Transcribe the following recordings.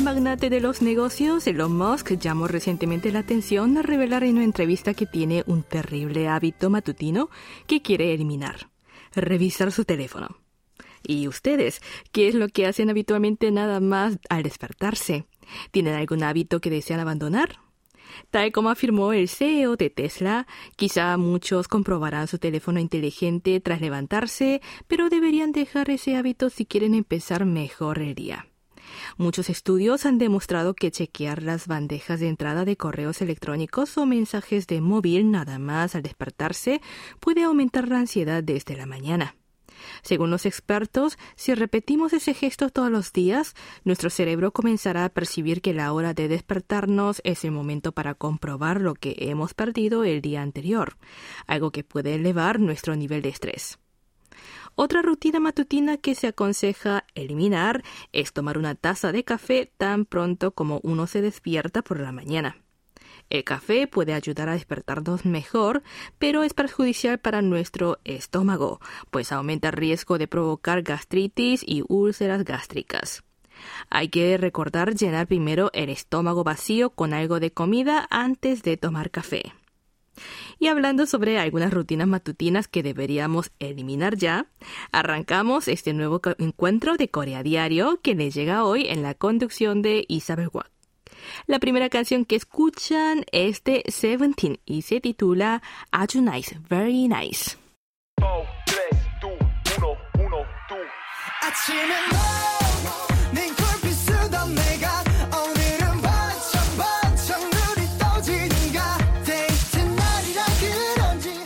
magnate de los negocios, Elon Musk, llamó recientemente la atención al revelar en una entrevista que tiene un terrible hábito matutino que quiere eliminar: revisar su teléfono. ¿Y ustedes? ¿Qué es lo que hacen habitualmente nada más al despertarse? ¿Tienen algún hábito que desean abandonar? Tal como afirmó el CEO de Tesla, quizá muchos comprobarán su teléfono inteligente tras levantarse, pero deberían dejar ese hábito si quieren empezar mejor el día. Muchos estudios han demostrado que chequear las bandejas de entrada de correos electrónicos o mensajes de móvil nada más al despertarse puede aumentar la ansiedad desde la mañana. Según los expertos, si repetimos ese gesto todos los días, nuestro cerebro comenzará a percibir que la hora de despertarnos es el momento para comprobar lo que hemos perdido el día anterior, algo que puede elevar nuestro nivel de estrés. Otra rutina matutina que se aconseja eliminar es tomar una taza de café tan pronto como uno se despierta por la mañana. El café puede ayudar a despertarnos mejor, pero es perjudicial para nuestro estómago, pues aumenta el riesgo de provocar gastritis y úlceras gástricas. Hay que recordar llenar primero el estómago vacío con algo de comida antes de tomar café. Y hablando sobre algunas rutinas matutinas que deberíamos eliminar ya, arrancamos este nuevo encuentro de Corea Diario que les llega hoy en la conducción de Isabel Watt. La primera canción que escuchan es de Seventeen y se titula 아주 nice, very nice. 5, 3, 2, 1, 1, 2. 아침에 네 콜빛 쓰던 내가 오늘은 반짝반짝 눈이 떠지는가 데이트 날이라 그런지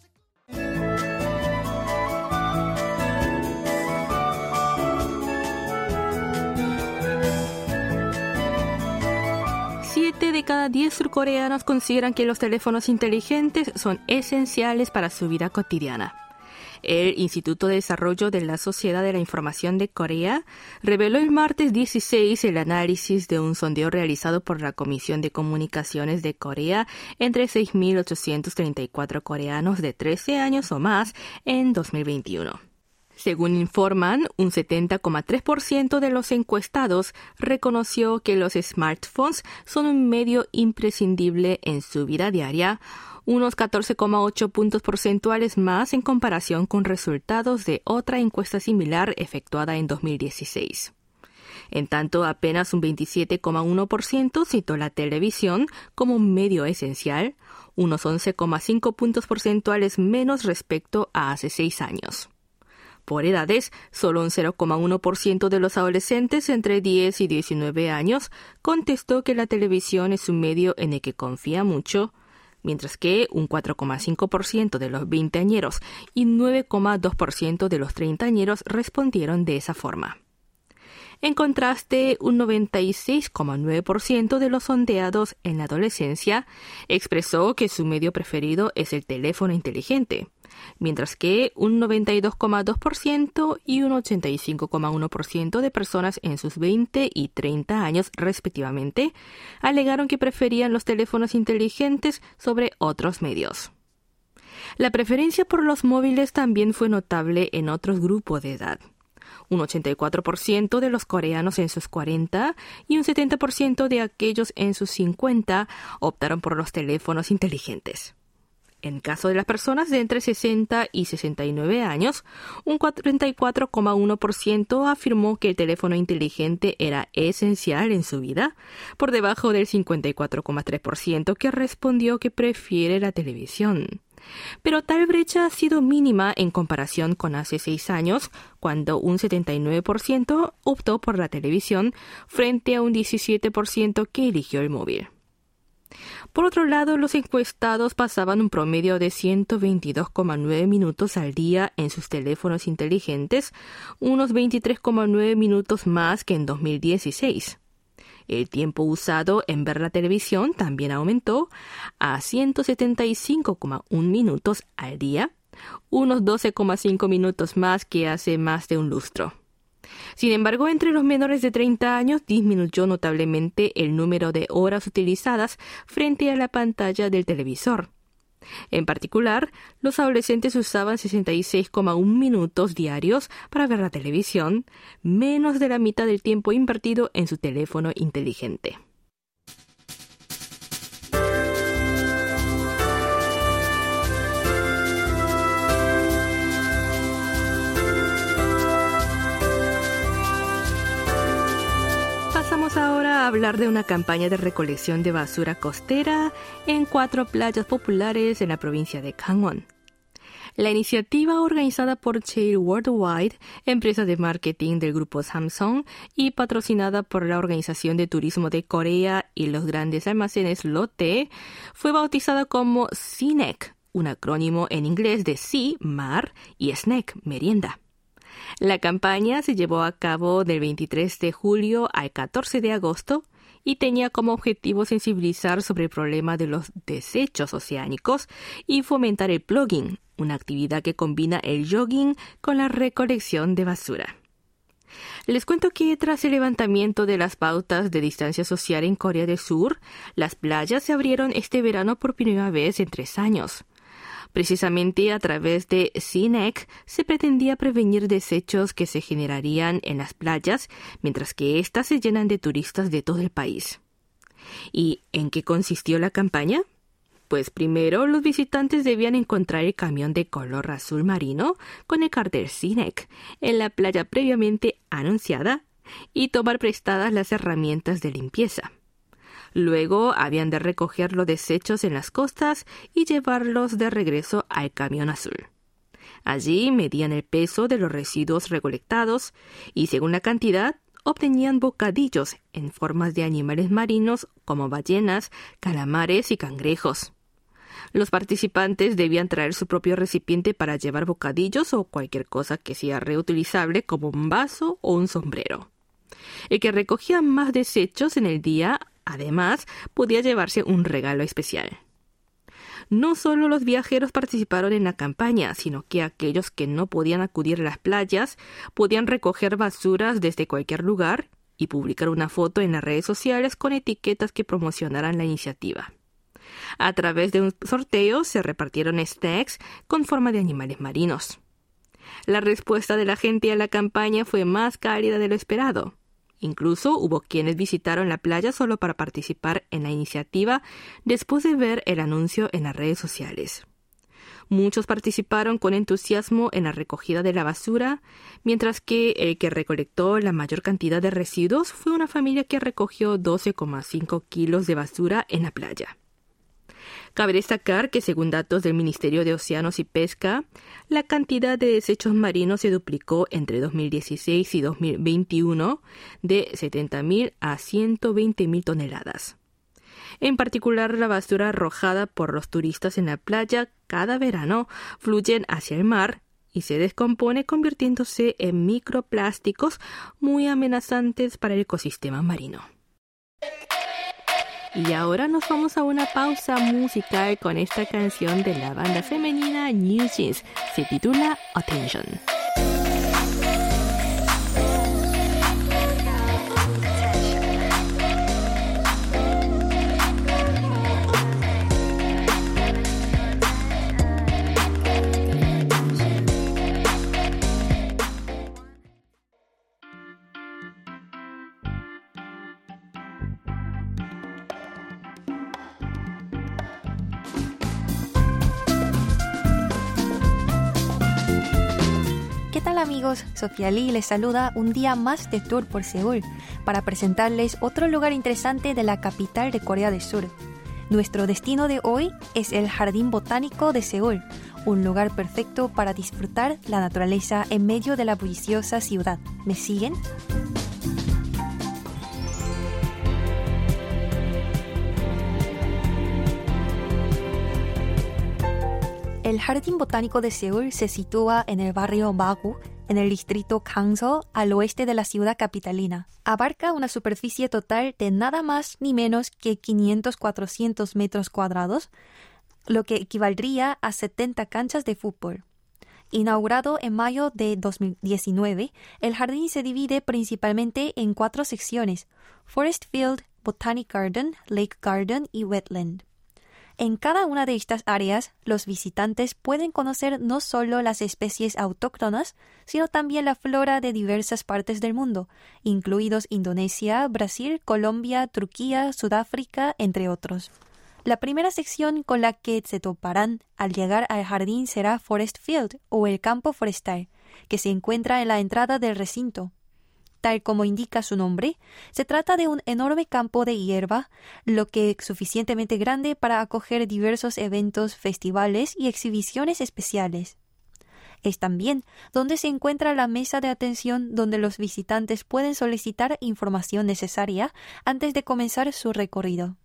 7 de cada 10 surcoreanos consideran que los teléfonos inteligentes son esenciales para su vida cotidiana. El Instituto de Desarrollo de la Sociedad de la Información de Corea reveló el martes 16 el análisis de un sondeo realizado por la Comisión de Comunicaciones de Corea entre 6.834 coreanos de 13 años o más en 2021. Según informan, un 70,3% de los encuestados reconoció que los smartphones son un medio imprescindible en su vida diaria, unos 14,8 puntos porcentuales más en comparación con resultados de otra encuesta similar efectuada en 2016. En tanto, apenas un 27,1% citó la televisión como un medio esencial, unos 11,5 puntos porcentuales menos respecto a hace 6 años. Por edades, solo un 0,1% de los adolescentes entre 10 y 19 años contestó que la televisión es un medio en el que confía mucho, mientras que un 4,5% de los veinteañeros y 9,2% de los treintañeros respondieron de esa forma. En contraste, un 96,9% de los sondeados en la adolescencia expresó que su medio preferido es el teléfono inteligente, mientras que un 92,2% y un 85,1% de personas en sus 20 y 30 años respectivamente alegaron que preferían los teléfonos inteligentes sobre otros medios. La preferencia por los móviles también fue notable en otros grupos de edad. Un 84% de los coreanos en sus 40 y un 70% de aquellos en sus 50 optaron por los teléfonos inteligentes. En caso de las personas de entre 60 y 69 años, un 44,1% afirmó que el teléfono inteligente era esencial en su vida, por debajo del 54,3% que respondió que prefiere la televisión. Pero tal brecha ha sido mínima en comparación con hace 6 años, cuando un 79% optó por la televisión frente a un 17% que eligió el móvil. Por otro lado, los encuestados pasaban un promedio de 122,9 minutos al día en sus teléfonos inteligentes, unos 23,9 minutos más que en 2016. El tiempo usado en ver la televisión también aumentó a 175,1 minutos al día, unos 12,5 minutos más que hace más de un lustro. Sin embargo, entre los menores de 30 años disminuyó notablemente el número de horas utilizadas frente a la pantalla del televisor. En particular, los adolescentes usaban 66,1 minutos diarios para ver la televisión, menos de la mitad del tiempo invertido en su teléfono inteligente. Pasamos ahora a hablar de una campaña de recolección de basura costera en 4 playas populares en la provincia de Gangwon. La iniciativa, organizada por Cheil Worldwide, empresa de marketing del grupo Samsung, y patrocinada por la Organización de Turismo de Corea y los grandes almacenes Lotte, fue bautizada como SEANEC, un acrónimo en inglés de Sea, mar, y snack, merienda. La campaña se llevó a cabo del 23 de julio al 14 de agosto y tenía como objetivo sensibilizar sobre el problema de los desechos oceánicos y fomentar el plogging, una actividad que combina el jogging con la recolección de basura. Les cuento que tras el levantamiento de las pautas de distancia social en Corea del Sur, las playas se abrieron este verano por primera vez en 3 años. Precisamente a través de SEANEC se pretendía prevenir desechos que se generarían en las playas, mientras que éstas se llenan de turistas de todo el país. ¿Y en qué consistió la campaña? Pues primero los visitantes debían encontrar el camión de color azul marino con el cartel SEANEC en la playa previamente anunciada y tomar prestadas las herramientas de limpieza. Luego habían de recoger los desechos en las costas y llevarlos de regreso al camión azul. Allí medían el peso de los residuos recolectados y, según la cantidad, obtenían bocadillos en formas de animales marinos como ballenas, calamares y cangrejos. Los participantes debían traer su propio recipiente para llevar bocadillos o cualquier cosa que sea reutilizable, como un vaso o un sombrero. El que recogía más desechos en el día, además, podía llevarse un regalo especial. No solo los viajeros participaron en la campaña, sino que aquellos que no podían acudir a las playas podían recoger basuras desde cualquier lugar y publicar una foto en las redes sociales con etiquetas que promocionaran la iniciativa. A través de un sorteo se repartieron snacks con forma de animales marinos. La respuesta de la gente a la campaña fue más cálida de lo esperado. Incluso hubo quienes visitaron la playa solo para participar en la iniciativa después de ver el anuncio en las redes sociales. Muchos participaron con entusiasmo en la recogida de la basura, mientras que el que recolectó la mayor cantidad de residuos fue una familia que recogió 12,5 kilos de basura en la playa. Cabe destacar que, según datos del Ministerio de Océanos y Pesca, la cantidad de desechos marinos se duplicó entre 2016 y 2021 de 70.000 a 120.000 toneladas. En particular, la basura arrojada por los turistas en la playa cada verano fluye hacia el mar y se descompone, convirtiéndose en microplásticos muy amenazantes para el ecosistema marino. Y ahora nos vamos a una pausa musical con esta canción de la banda femenina New Jeans. Se titula Attention. Hola amigos, Sofía Lee les saluda un día más de tour por Seúl para presentarles otro lugar interesante de la capital de Corea del Sur. Nuestro destino de hoy es el Jardín Botánico de Seúl, un lugar perfecto para disfrutar la naturaleza en medio de la bulliciosa ciudad. ¿Me siguen? El Jardín Botánico de Seúl se sitúa en el barrio Magu, en el distrito Gangso, al oeste de la ciudad capitalina. Abarca una superficie total de nada más ni menos que 500-400 metros cuadrados, lo que equivaldría a 70 canchas de fútbol. Inaugurado en mayo de 2019, el jardín se divide principalmente en 4 secciones: Forest Field, Botanic Garden, Lake Garden y Wetland. En cada una de estas áreas, los visitantes pueden conocer no solo las especies autóctonas, sino también la flora de diversas partes del mundo, incluidos Indonesia, Brasil, Colombia, Turquía, Sudáfrica, entre otros. La primera sección con la que se toparán al llegar al jardín será Forest Field, o el campo forestal, que se encuentra en la entrada del recinto. Tal como indica su nombre, se trata de un enorme campo de hierba, lo que es suficientemente grande para acoger diversos eventos, festivales y exhibiciones especiales. Es también donde se encuentra la mesa de atención donde los visitantes pueden solicitar información necesaria antes de comenzar su recorrido.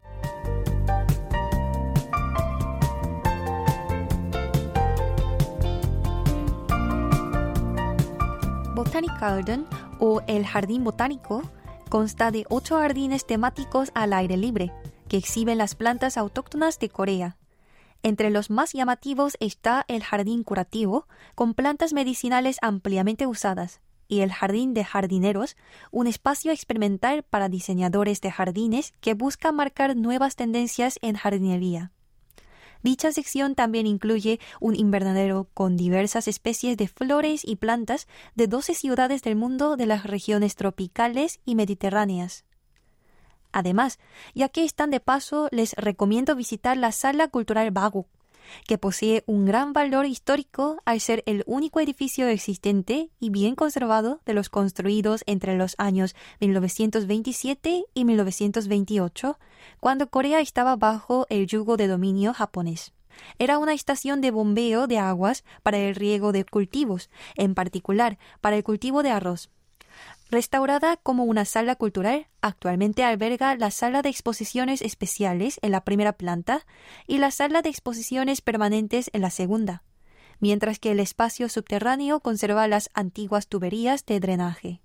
Botanic Garden, o el Jardín Botánico, consta de 8 jardines temáticos al aire libre, que exhiben las plantas autóctonas de Corea. Entre los más llamativos está el Jardín Curativo, con plantas medicinales ampliamente usadas, y el Jardín de Jardineros, un espacio experimental para diseñadores de jardines que busca marcar nuevas tendencias en jardinería. Dicha sección también incluye un invernadero con diversas especies de flores y plantas de 12 ciudades del mundo de las regiones tropicales y mediterráneas. Además, ya que están de paso, les recomiendo visitar la Sala Cultural Baguk, que posee un gran valor histórico al ser el único edificio existente y bien conservado de los construidos entre los años 1927 y 1928, cuando Corea estaba bajo el yugo de dominio japonés. Era una estación de bombeo de aguas para el riego de cultivos, en particular para el cultivo de arroz. Restaurada como una sala cultural, actualmente alberga la sala de exposiciones especiales en la primera planta y la sala de exposiciones permanentes en la segunda, mientras que el espacio subterráneo conserva las antiguas tuberías de drenaje.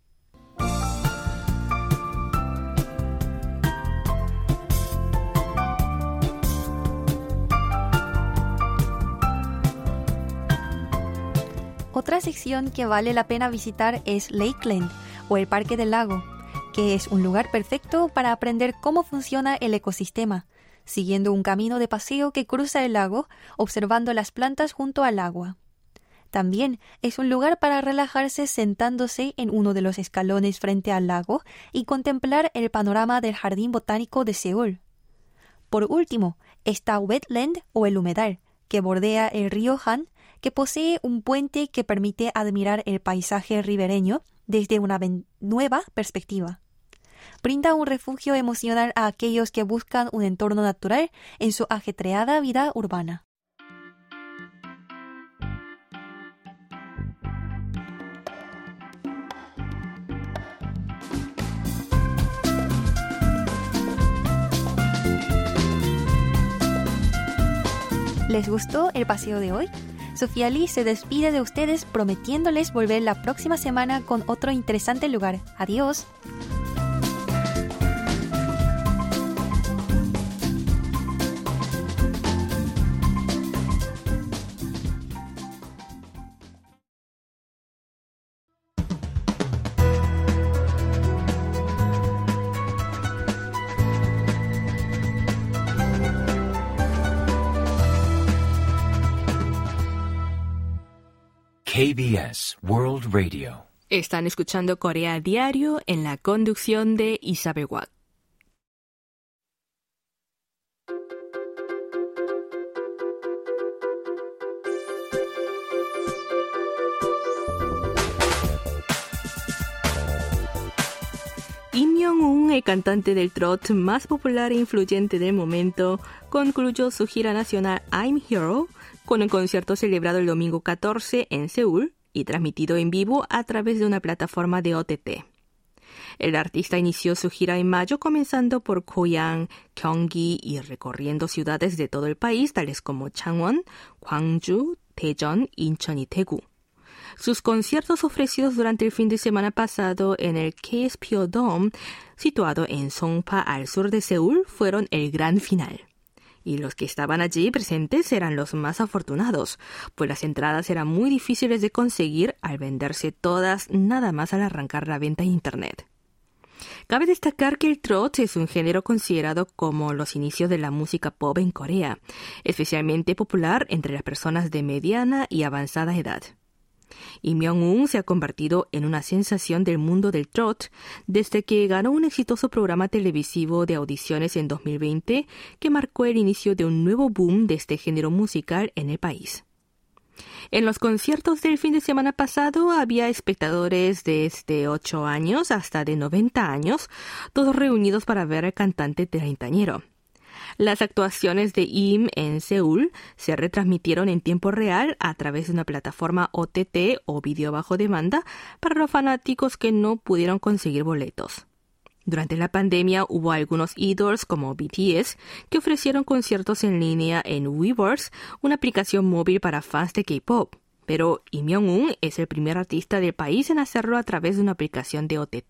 Otra sección que vale la pena visitar es Lakeland, o el Parque del Lago, que es un lugar perfecto para aprender cómo funciona el ecosistema, siguiendo un camino de paseo que cruza el lago, observando las plantas junto al agua. También es un lugar para relajarse sentándose en uno de los escalones frente al lago y contemplar el panorama del Jardín Botánico de Seúl. Por último, está Wetland, o el humedal, que bordea el río Han, que posee un puente que permite admirar el paisaje ribereño desde una nueva perspectiva. Brinda un refugio emocional a aquellos que buscan un entorno natural en su ajetreada vida urbana. ¿Les gustó el paseo de hoy? Sofía Lee se despide de ustedes prometiéndoles volver la próxima semana con otro interesante lugar. Adiós. KBS World Radio. Están escuchando Corea Diario en la conducción de Isabel Watt. Im Young-un, el cantante del trot más popular e influyente del momento, concluyó su gira nacional I'm Hero con un concierto celebrado el domingo 14 en Seúl y transmitido en vivo a través de una plataforma de OTT. El artista inició su gira en mayo comenzando por Goyang, Gyeonggi y recorriendo ciudades de todo el país tales como Changwon, Gwangju, Daejeon, Incheon y Daegu. Sus conciertos ofrecidos durante el fin de semana pasado en el KSPO Dome, situado en Songpa al sur de Seúl, fueron el gran final. Y los que estaban allí presentes eran los más afortunados, pues las entradas eran muy difíciles de conseguir al venderse todas nada más al arrancar la venta en Internet. Cabe destacar que el trot es un género considerado como los inicios de la música pop en Corea, especialmente popular entre las personas de mediana y avanzada edad. Im Young-un se ha convertido en una sensación del mundo del trot desde que ganó un exitoso programa televisivo de audiciones en 2020 que marcó el inicio de un nuevo boom de este género musical en el país. En los conciertos del fin de semana pasado había espectadores desde 8 años hasta de 90 años, todos reunidos para ver al cantante treintañero. Las actuaciones de Im en Seúl se retransmitieron en tiempo real a través de una plataforma OTT o vídeo bajo demanda para los fanáticos que no pudieron conseguir boletos. Durante la pandemia hubo algunos idols como BTS que ofrecieron conciertos en línea en Weverse, una aplicación móvil para fans de K-pop. Pero Im Young-un es el primer artista del país en hacerlo a través de una aplicación de OTT.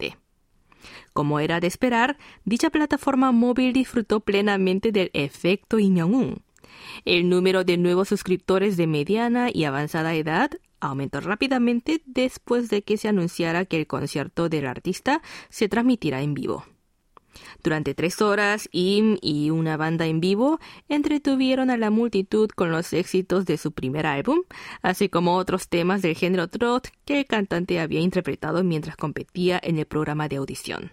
Como era de esperar, dicha plataforma móvil disfrutó plenamente del efecto Im Young-un. El número de nuevos suscriptores de mediana y avanzada edad aumentó rápidamente después de que se anunciara que el concierto del artista se transmitirá en vivo. Durante 3 horas, Im y una banda en vivo entretuvieron a la multitud con los éxitos de su primer álbum, así como otros temas del género trot que el cantante había interpretado mientras competía en el programa de audición.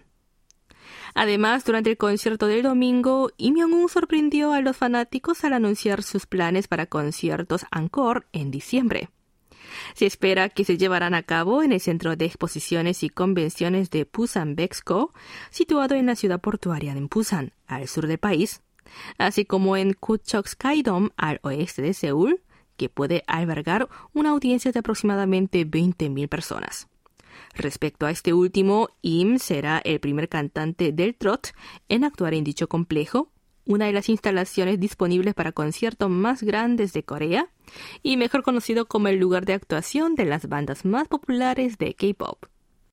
Además, durante el concierto del domingo, Im Young-un sorprendió a los fanáticos al anunciar sus planes para conciertos encore en diciembre. Se espera que se llevarán a cabo en el Centro de Exposiciones y Convenciones de Busan Bexco, situado en la ciudad portuaria de Busan, al sur del país, así como en Kuchok Skydome, al oeste de Seúl, que puede albergar una audiencia de aproximadamente 20.000 personas. Respecto a este último, Im será el primer cantante del trot en actuar en dicho complejo, una de las instalaciones disponibles para conciertos más grandes de Corea y mejor conocido como el lugar de actuación de las bandas más populares de K-pop.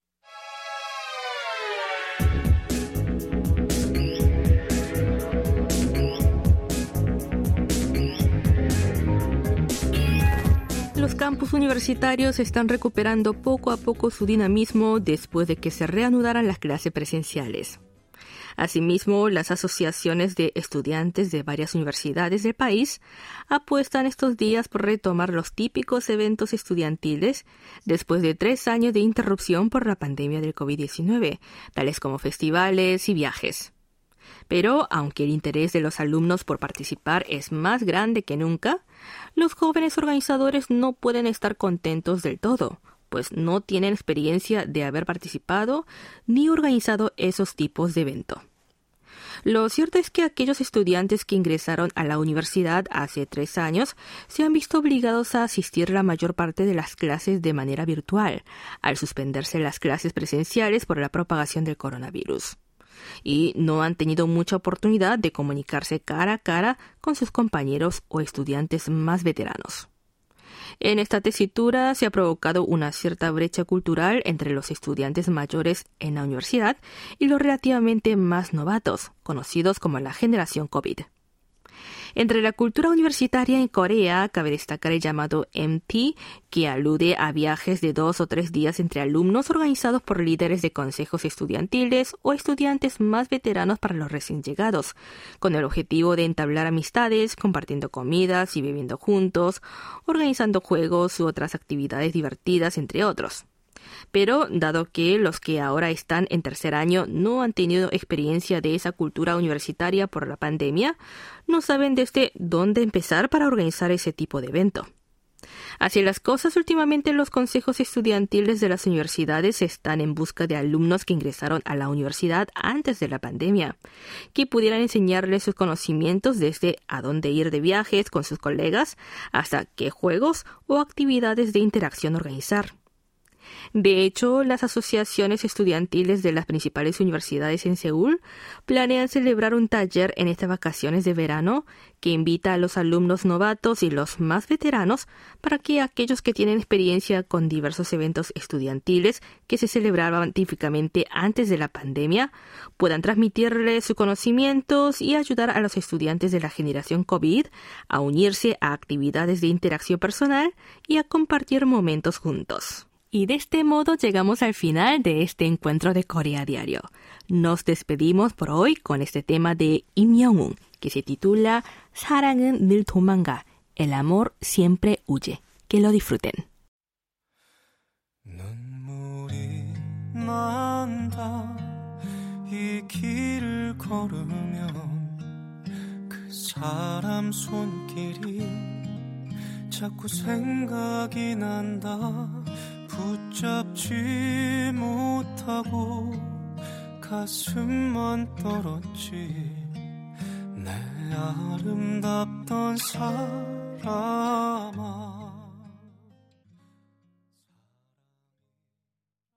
Los campus universitarios están recuperando poco a poco su dinamismo después de que se reanudaran las clases presenciales. Asimismo, las asociaciones de estudiantes de varias universidades del país apuestan estos días por retomar los típicos eventos estudiantiles después de 3 años de interrupción por la pandemia del COVID-19, tales como festivales y viajes. Pero, aunque el interés de los alumnos por participar es más grande que nunca, los jóvenes organizadores no pueden estar contentos del todo, pues no tienen experiencia de haber participado ni organizado esos tipos de evento. Lo cierto es que aquellos estudiantes que ingresaron a la universidad hace 3 años se han visto obligados a asistir la mayor parte de las clases de manera virtual, al suspenderse las clases presenciales por la propagación del coronavirus. Y no han tenido mucha oportunidad de comunicarse cara a cara con sus compañeros o estudiantes más veteranos. En esta tesitura se ha provocado una cierta brecha cultural entre los estudiantes mayores en la universidad y los relativamente más novatos, conocidos como la generación COVID. Entre la cultura universitaria en Corea cabe destacar el llamado MT, que alude a viajes de 2 o 3 días entre alumnos organizados por líderes de consejos estudiantiles o estudiantes más veteranos para los recién llegados, con el objetivo de entablar amistades, compartiendo comidas y bebiendo juntos, organizando juegos u otras actividades divertidas, entre otros. Pero, dado que los que ahora están en 3er año no han tenido experiencia de esa cultura universitaria por la pandemia, no saben desde dónde empezar para organizar ese tipo de evento. Así las cosas, últimamente los consejos estudiantiles de las universidades están en busca de alumnos que ingresaron a la universidad antes de la pandemia, que pudieran enseñarles sus conocimientos desde a dónde ir de viajes con sus colegas hasta qué juegos o actividades de interacción organizar. De hecho, las asociaciones estudiantiles de las principales universidades en Seúl planean celebrar un taller en estas vacaciones de verano que invita a los alumnos novatos y los más veteranos para que aquellos que tienen experiencia con diversos eventos estudiantiles que se celebraban típicamente antes de la pandemia puedan transmitirles sus conocimientos y ayudar a los estudiantes de la generación COVID a unirse a actividades de interacción personal y a compartir momentos juntos. Y de este modo llegamos al final de este encuentro de Corea Diario. Nos despedimos por hoy con este tema de Im Young-un, que se titula 사랑은 늘 도망가, el amor siempre huye. Que lo disfruten. 눈물이 난다 이 길을 걸으면 그 사람 손길이 자꾸 생각이 난다 붙잡지 못하고 가슴만 떨었지 내 아름답던 사람아